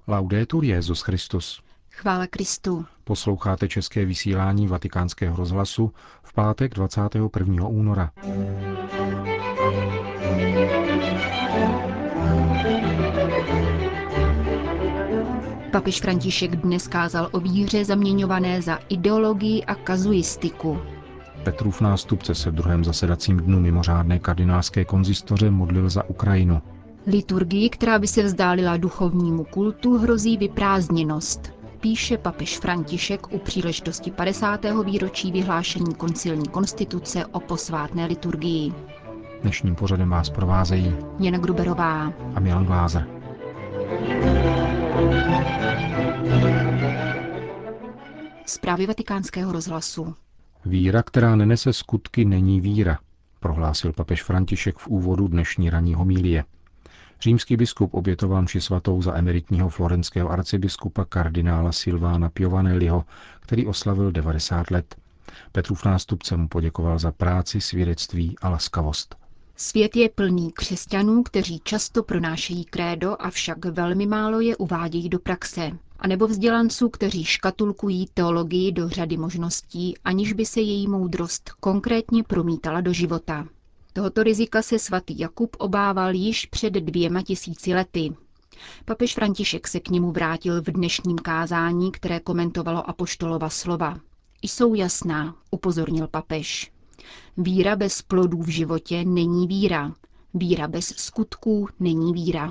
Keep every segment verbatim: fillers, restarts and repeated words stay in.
Laudetur Jesus Christus. Chvála Kristu. Posloucháte české vysílání Vatikánského rozhlasu v pátek dvacátého prvního února. Papež František dnes kázal o víře zaměňované za ideologii a kazuistiku. Petrův nástupce se v druhém zasedacím dnu mimořádné kardinálské konzistoře modlil za Ukrajinu. Liturgii, která by se vzdálila duchovnímu kultu, hrozí vyprázdněnost, píše papež František u příležitosti padesátého výročí vyhlášení koncilní konstituce o posvátné liturgii. Dnešním pořadem vás provázejí Jana Gruberová a Milan Glázer. Zprávy Vatikánského rozhlasu. Víra, která nenese skutky, není víra, prohlásil papež František v úvodu dnešní ranní homilie. Římský biskup obětoval mši svatou za emeritního florenského arcibiskupa kardinála Silvána Piovanelliho, který oslavil devadesát let. Petrův nástupce mu poděkoval za práci, svědectví a laskavost. Svět je plný křesťanů, kteří často pronášejí krédo, avšak velmi málo je uvádějí do praxe. A nebo vzdělanců, kteří škatulkují teologii do řady možností, aniž by se její moudrost konkrétně promítala do života. Tohoto rizika se svatý Jakub obával již před dvěma tisíci lety. Papež František se k němu vrátil v dnešním kázání, které komentovalo apoštolova slova. Jsou jasná, upozornil papež. Víra bez plodů v životě není víra. Víra bez skutků není víra.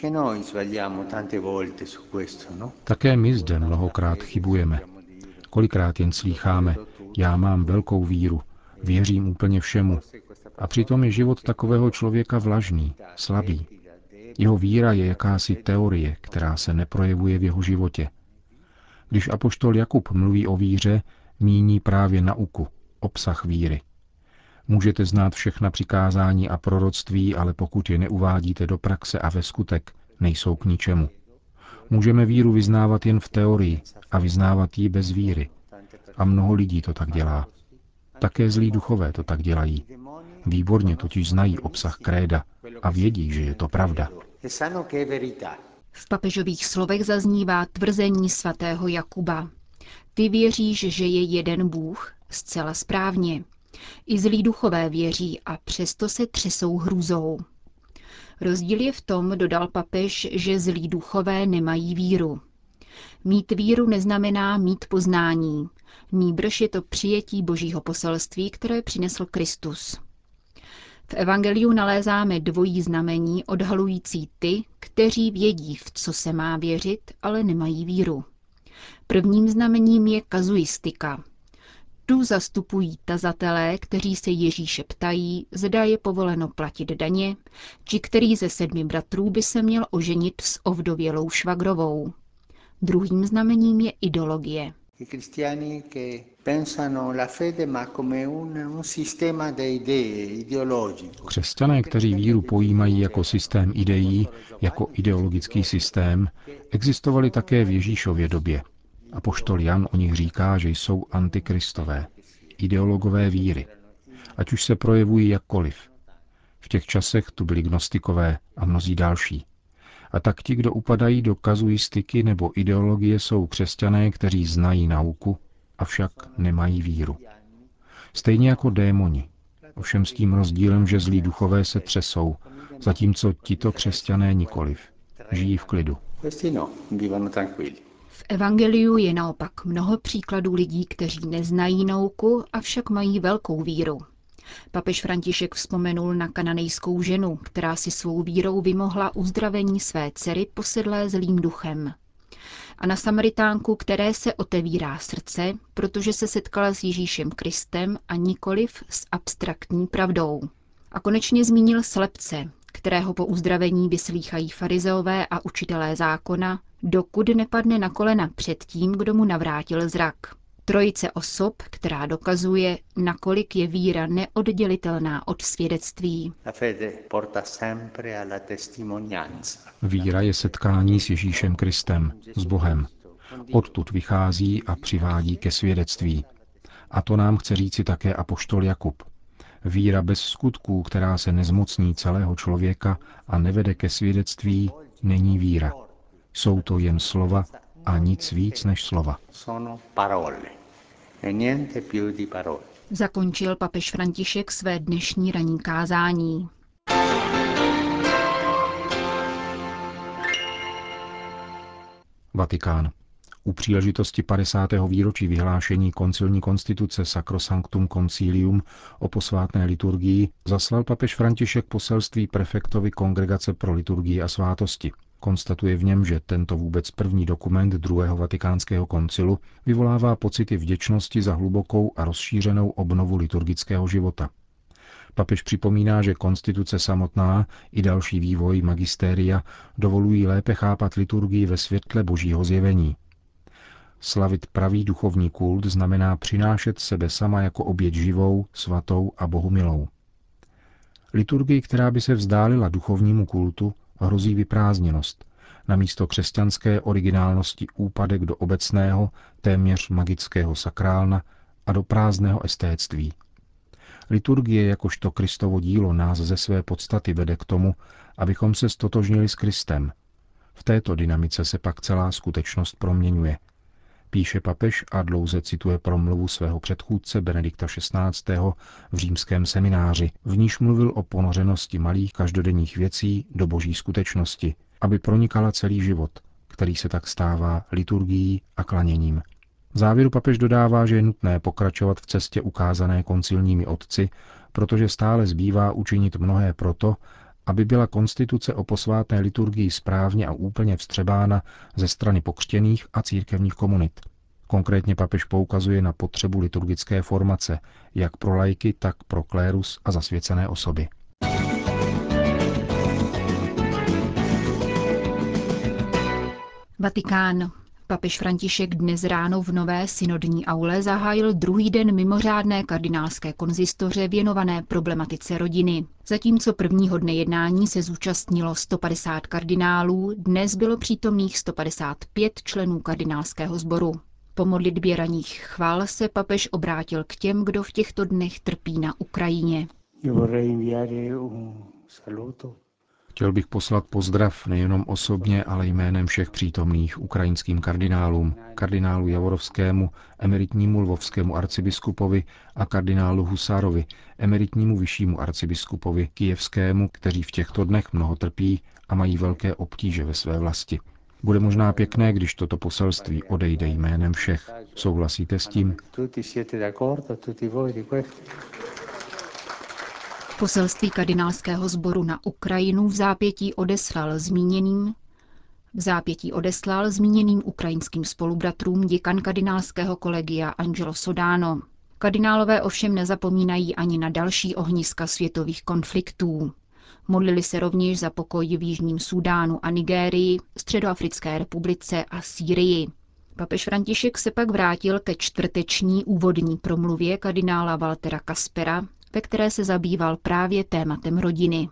Také my zde mnohokrát chybujeme. Kolikrát jen slýcháme, já mám velkou víru, věřím úplně všemu. A přitom je život takového člověka vlažný, slabý. Jeho víra je jakási teorie, která se neprojevuje v jeho životě. Když apoštol Jakub mluví o víře, míní právě nauku, obsah víry. Můžete znát všechna přikázání a proroctví, ale pokud je neuvádíte do praxe a ve skutek, nejsou k ničemu. Můžeme víru vyznávat jen v teorii a vyznávat ji bez víry. A mnoho lidí to tak dělá. Také zlí duchové to tak dělají. Výborně totiž znají obsah kréda a vědí, že je to pravda. V papežových slovech zaznívá tvrzení svatého Jakuba. Ty věříš, že je jeden Bůh? Zcela správně. I zlí duchové věří a přesto se třesou hrůzou. Rozdíl je v tom, dodal papež, že zlí duchové nemají víru. Mít víru neznamená mít poznání. Nýbrž je to přijetí božího poselství, které přinesl Kristus. V evangeliu nalézáme dvojí znamení odhalující ty, kteří vědí, v co se má věřit, ale nemají víru. Prvním znamením je kazuistika. Tu zastupují tazatelé, kteří se Ježíše ptají, zda je povoleno platit daně, či který ze sedmi bratrů by se měl oženit s ovdovělou švagrovou. Druhým znamením je ideologie. Křesťané, kteří víru pojímají jako systém ideí, jako ideologický systém, existovali také v Ježíšově době. Apoštol Jan o nich říká, že jsou antikristové, ideologové víry, ať už se projevují jakkoliv. V těch časech tu byli gnostikové a mnozí další. A tak ti, kdo upadají do kazuistiky nebo ideologie, jsou křesťané, kteří znají nauku, avšak nemají víru. Stejně jako démoni, ovšem s tím rozdílem, že zlí duchové se třesou, zatímco tito křesťané nikoliv. Žijí v klidu. V evangeliu je naopak mnoho příkladů lidí, kteří neznají nauku, avšak mají velkou víru. Papež František vzpomenul na kananejskou ženu, která si svou vírou vymohla uzdravení své dcery posedlé zlým duchem. A na Samaritánku, které se otevírá srdce, protože se setkala s Ježíšem Kristem a nikoliv s abstraktní pravdou. A konečně zmínil slepce, kterého po uzdravení vyslýchají farizeové a učitelé zákona, dokud nepadne na kolena před tím, kdo mu navrátil zrak. Trojice osob, která dokazuje, nakolik je víra neoddělitelná od svědectví. Víra je setkání s Ježíšem Kristem, s Bohem. Odtud vychází a přivádí ke svědectví. A to nám chce říci také apoštol Jakub. Víra bez skutků, která se nezmocní celého člověka a nevede ke svědectví, není víra. Jsou to jen slova a nic víc než slova. Zakončil papež František své dnešní ranní kázání. Vatikán. U příležitosti padesátého výročí vyhlášení koncilní konstituce Sacrosanctum Concilium o posvátné liturgii zaslal papež František poselství prefektovi Kongregace pro liturgii a svátosti. Konstatuje v něm, že tento vůbec první dokument druhého vatikánského koncilu vyvolává pocity vděčnosti za hlubokou a rozšířenou obnovu liturgického života. Papež připomíná, že konstituce samotná i další vývoj magistéria dovolují lépe chápat liturgii ve světle božího zjevení. Slavit pravý duchovní kult znamená přinášet sebe sama jako oběť živou, svatou a bohumilou. Liturgii, která by se vzdálila duchovnímu kultu, hrozí vyprázdněnost, namísto křesťanské originálnosti úpadek do obecného, téměř magického sakrálna a do prázdného estétství. Liturgie jakožto Kristovo dílo nás ze své podstaty vede k tomu, abychom se stotožnili s Kristem. V této dynamice se pak celá skutečnost proměňuje. Píše papež a dlouze cituje promluvu svého předchůdce Benedikta šestnáctého v římském semináři, v níž mluvil o ponořenosti malých každodenních věcí do boží skutečnosti, aby pronikala celý život, který se tak stává liturgií a klaněním. V závěru papež dodává, že je nutné pokračovat v cestě ukázané koncilními otci, protože stále zbývá učinit mnohé proto, aby byla konstituce o posvátné liturgii správně a úplně vstřebána ze strany pokřtěných a církevních komunit. Konkrétně papež poukazuje na potřebu liturgické formace, jak pro laiky, tak pro klérus a zasvěcené osoby. Vatikán. Papež František dnes ráno v nové synodní aule zahájil druhý den mimořádné kardinálské konzistoře věnované problematice rodiny. Zatímco prvního dne jednání se zúčastnilo sto padesát kardinálů, dnes bylo přítomných sto padesát pět členů kardinálského sboru. Po modlitbě ranních chval se papež obrátil k těm, kdo v těchto dnech trpí na Ukrajině. Chtěl bych poslat pozdrav nejenom osobně, ale jménem všech přítomných ukrajinským kardinálům, kardinálu Javorovskému, emeritnímu lvovskému arcibiskupovi a kardinálu Husárovi, emeritnímu vyššímu arcibiskupovi kyjevskému, kteří v těchto dnech mnoho trpí a mají velké obtíže ve své vlasti. Bude možná pěkné, když toto poselství odejde jménem všech. Souhlasíte s tím? Poselství kardinálského sboru na Ukrajinu v zápětí odeslal zmíněným v zápětí odeslal zmíněným ukrajinským spolubratrům děkan kardinálského kolegia Angelo Sodano. Kardinálové ovšem nezapomínají ani na další ohniska světových konfliktů. Modlili se rovněž za pokoj v Jižním Súdánu a Nigérii, Středoafrické republice a Sýrii. Papež František se pak vrátil ke čtvrteční úvodní promluvě kardinála Waltera Kaspera, ve které se zabýval právě tématem rodiny.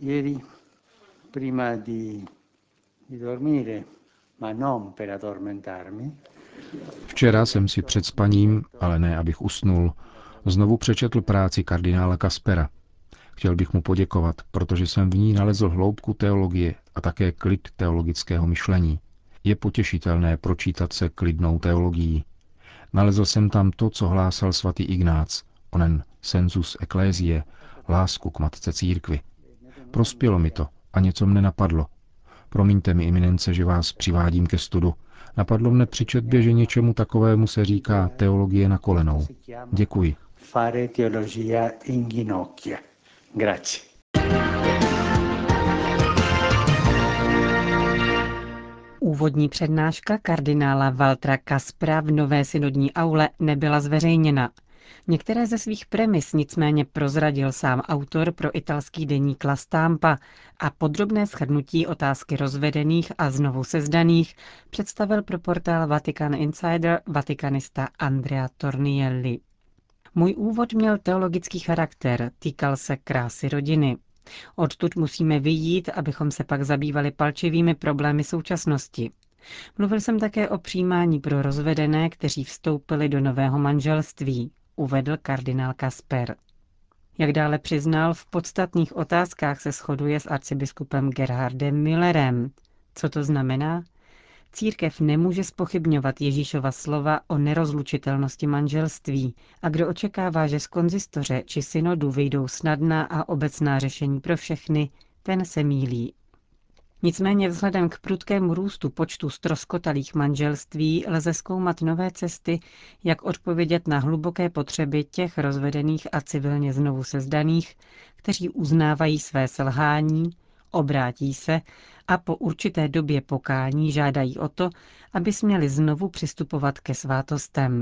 Včera jsem si před spaním, ale ne abych usnul, znovu přečetl práci kardinála Kaspera. Chtěl bych mu poděkovat, protože jsem v ní nalezl hloubku teologie a také klid teologického myšlení. Je potěšitelné pročítat se klidnou teologií. Nalezl jsem tam to, co hlásal svatý Ignác, onen sensus ecclesiae, lásku k matce církvi. Prospělo mi to a něco mne napadlo. Promiňte mi, eminence, že vás přivádím ke studu. Napadlo mne při četbě, že něčemu takovému se říká teologie na kolenou. Děkuji. Fare teologia in ginocchia. Grazie. Úvodní přednáška kardinála Waltera Kaspera v nové synodní aule nebyla zveřejněna. Některé ze svých premis nicméně prozradil sám autor pro italský deník La Stampa a podrobné shrnutí otázky rozvedených a znovu sezdaných představil pro portál Vatican Insider vatikanista Andrea Tornielli. Můj úvod měl teologický charakter, týkal se krásy rodiny. Odtud musíme vyjít, abychom se pak zabývali palčivými problémy současnosti. Mluvil jsem také o přijímání pro rozvedené, kteří vstoupili do nového manželství, uvedl kardinál Kasper. Jak dále přiznal, v podstatných otázkách se shoduje s arcibiskupem Gerhardem Müllerem. Co to znamená? Církev nemůže zpochybňovat Ježíšova slova o nerozlučitelnosti manželství a kdo očekává, že z konzistoře či synodu vyjdou snadná a obecná řešení pro všechny, ten se mýlí. Nicméně vzhledem k prudkému růstu počtu ztroskotalých manželství lze zkoumat nové cesty, jak odpovědět na hluboké potřeby těch rozvedených a civilně znovu sezdaných, kteří uznávají své selhání, obrátí se a po určité době pokání žádají o to, aby směli znovu přistupovat ke svátostem.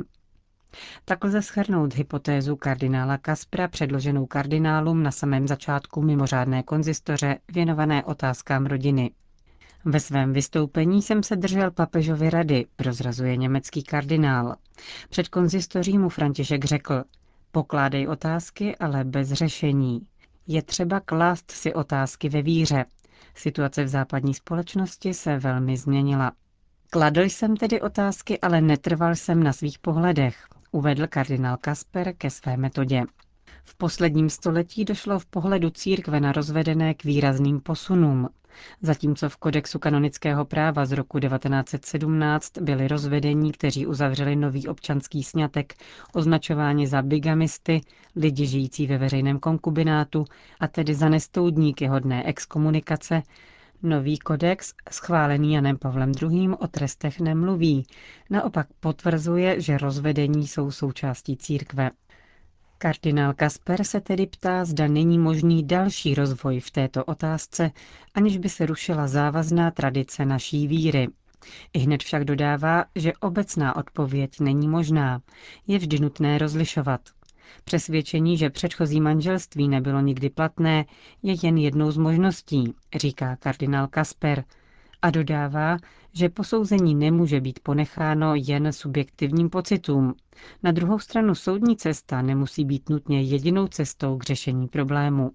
Tak lze shrnout hypotézu kardinála Kaspra předloženou kardinálům na samém začátku mimořádné konzistoře věnované otázkám rodiny. Ve svém vystoupení jsem se držel papežovy rady, prozrazuje německý kardinál. Před konzistoří mu František řekl: pokládej otázky, ale bez řešení. Je třeba klást si otázky ve víře. Situace v západní společnosti se velmi změnila. Kladl jsem tedy otázky, ale netrval jsem na svých pohledech, uvedl kardinál Kasper ke své metodě. V posledním století došlo v pohledu církve na rozvedené k výrazným posunům. Zatímco v kodexu kanonického práva z roku devatenáct set sedmnáct byli rozvedení, kteří uzavřeli nový občanský sňatek, označováni za bigamisty, lidi žijící ve veřejném konkubinátu, a tedy za nestoudníky hodné exkomunikace, nový kodex, schválený Janem Pavlem druhým. o trestech nemluví. Naopak potvrzuje, že rozvedení jsou součástí církve. Kardinál Kasper se tedy ptá, zda není možný další rozvoj v této otázce, aniž by se rušila závazná tradice naší víry. Ihned však dodává, že obecná odpověď není možná. Je vždy nutné rozlišovat. Přesvědčení, že předchozí manželství nebylo nikdy platné, je jen jednou z možností, říká kardinál Kasper. A dodává, že posouzení nemůže být ponecháno jen subjektivním pocitům. Na druhou stranu soudní cesta nemusí být nutně jedinou cestou k řešení problému.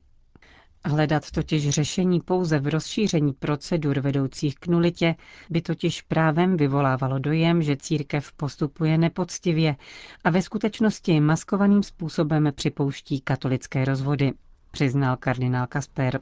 Hledat totiž řešení pouze v rozšíření procedur vedoucích k nulitě by totiž právem vyvolávalo dojem, že církev postupuje nepoctivě a ve skutečnosti maskovaným způsobem připouští katolické rozvody, přiznal kardinál Kasper.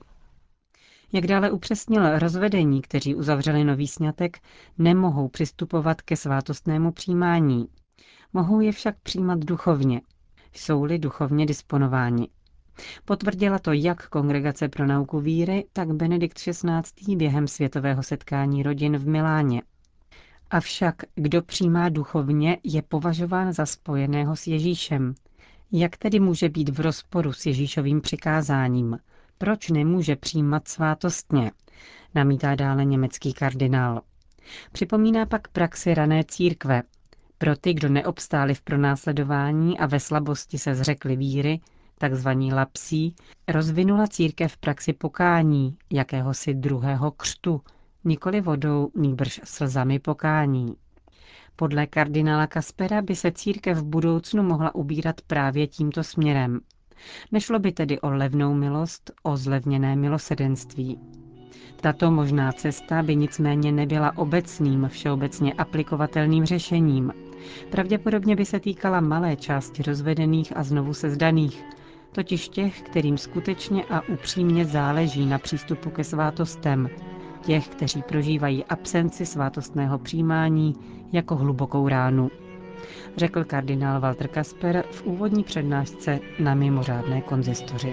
Jak dále upřesnil, rozvedení, kteří uzavřeli nový sňatek, nemohou přistupovat ke svátostnému přijímání. Mohou je však přijímat duchovně, jsou-li duchovně disponováni. Potvrdila to jak Kongregace pro nauku víry, tak Benedikt šestnáctý. Během světového setkání rodin v Miláně. Avšak kdo přijímá duchovně, je považován za spojeného s Ježíšem. Jak tedy může být v rozporu s Ježíšovým přikázáním? Proč nemůže přijímat svátostně? Namítá dále německý kardinál. Připomíná pak praxi rané církve. Pro ty, kdo neobstáli v pronásledování a ve slabosti se zřekli víry, takzvaní lapsí, rozvinula církev praxi pokání, jakéhosi druhého křtu, nikoli vodou, nýbrž slzami pokání. Podle kardinála Kaspera by se církev v budoucnu mohla ubírat právě tímto směrem. Nešlo by tedy o levnou milost, o zlevněné milosedenství. Tato možná cesta by nicméně nebyla obecným, všeobecně aplikovatelným řešením. Pravděpodobně by se týkala malé části rozvedených a znovu sezdaných, totiž těch, kterým skutečně a upřímně záleží na přístupu ke svátostem, těch, kteří prožívají absenci svátostného přijímání jako hlubokou ránu, řekl kardinál Walter Kasper v úvodní přednášce na mimořádné konzistoři.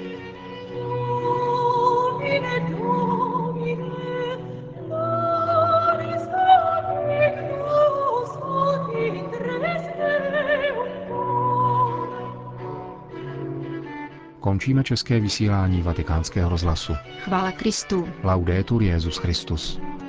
Končíme české vysílání Vatikánského rozhlasu. Chvála Kristu. Laudetur Jesus Christus.